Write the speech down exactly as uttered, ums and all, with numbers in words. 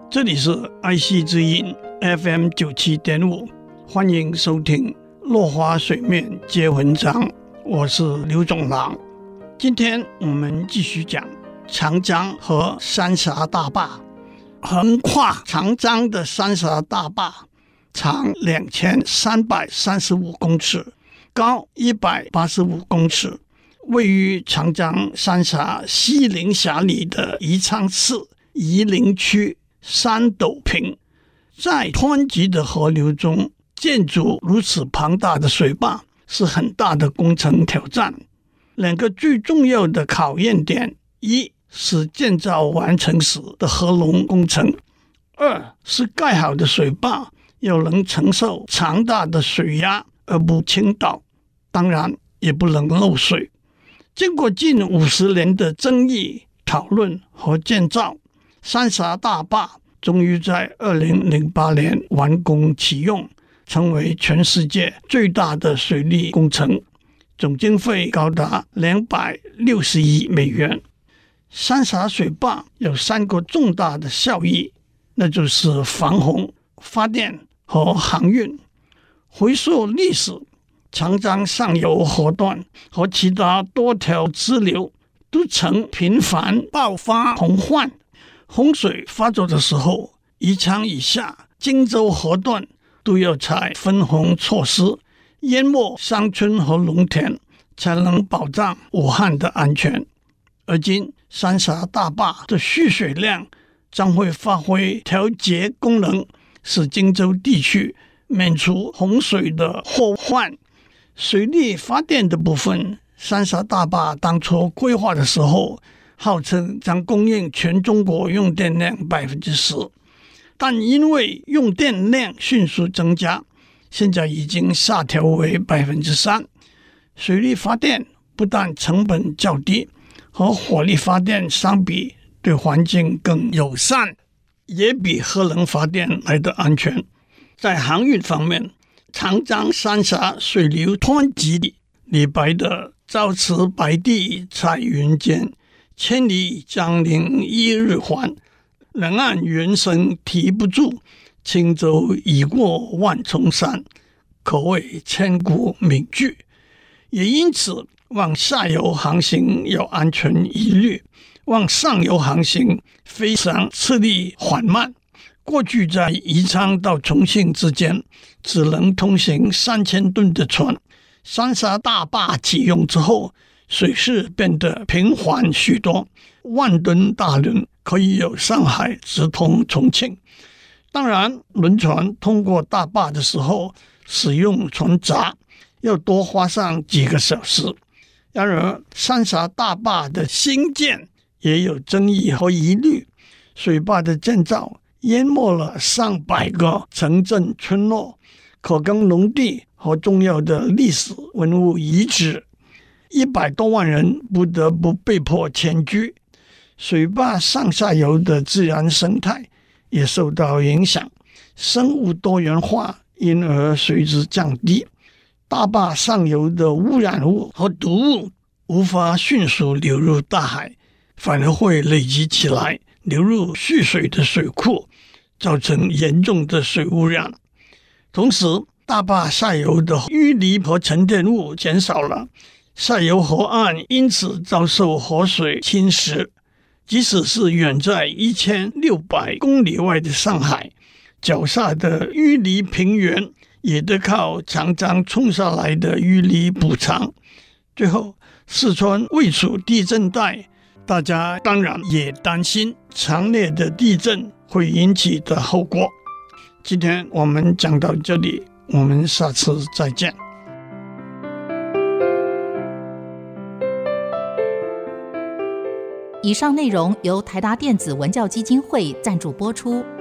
这里是爱惜之音 F M 九十七点五， 欢迎收听落花水面皆文章，我是刘总郎。今天我们继续讲长江和三峡大坝。横跨长江的三峡大坝长两千三百三十五公尺，高一百八十五公尺，位于长江三峡西陵峡里的宜昌市夷陵区三斗坪。在湍急的河流中建筑如此庞大的水坝是很大的工程挑战。两个最重要的考验点，一是建造完成时的河龙工程，二是盖好的水坝要能承受强大的水压而不倾倒，当然也不能漏水。经过近五十年的争议、讨论和建造，三峡大坝终于在二零零八年完工启用，成为全世界最大的水利工程，总经费高达两百六十亿美元。三峡水坝有三个重大的效益，那就是防洪、发电和航运。回溯历史，长江上游河段和其他多条支流都曾频繁爆发洪患。洪水发作的时候，宜昌以下荆州河段都要采分洪措施，淹没乡村和农田，才能保障武汉的安全。而今三峡大坝的蓄水量将会发挥调节功能，使荆州地区免除洪水的祸患。水力发电的部分，三峡大坝当初规划的时候号称将供应全中国用电量 百分之十， 但因为用电量迅速增加，现在已经下调为 百分之三。 水力发电不但成本较低，和火力发电相比对环境更友善，也比核能发电来得安全。在航运方面，长江三峡水流湍急，李白的朝辞白帝彩云间，千里江陵一日还，两岸猿声啼不住，轻舟已过万重山，可谓千古名句。也因此往下游航行有安全疑虑，往上游航行非常吃力缓慢。过去在宜昌到重庆之间只能通行三千吨的船，三峡大坝启用之后，水势变得平缓许多，万吨大轮可以由上海直通重庆。当然，轮船通过大坝的时候使用船闸要多花上几个小时。然而，三峡大坝的兴建也有争议和疑虑，水坝的建造淹没了上百个城镇村落、可耕农地和重要的历史文物遗址，一百多万人不得不被迫迁居。水坝上下游的自然生态也受到影响，生物多元化因而随之降低。大坝上游的污染物和毒物无法迅速流入大海，反而会累积起来，流入蓄水的水库，造成严重的水污染。同时，大坝下游的淤泥和沉淀物减少了，下游河岸因此遭受河水侵蚀。即使是远在一千六百公里外的上海，脚下的淤泥平原也得靠长江冲下来的淤泥补偿。最后，四川位处地震带，大家当然也担心强烈的地震会引起的后果。今天我们讲到这里，我们下次再见。 以上内容由台达电子文教基金会赞助播出。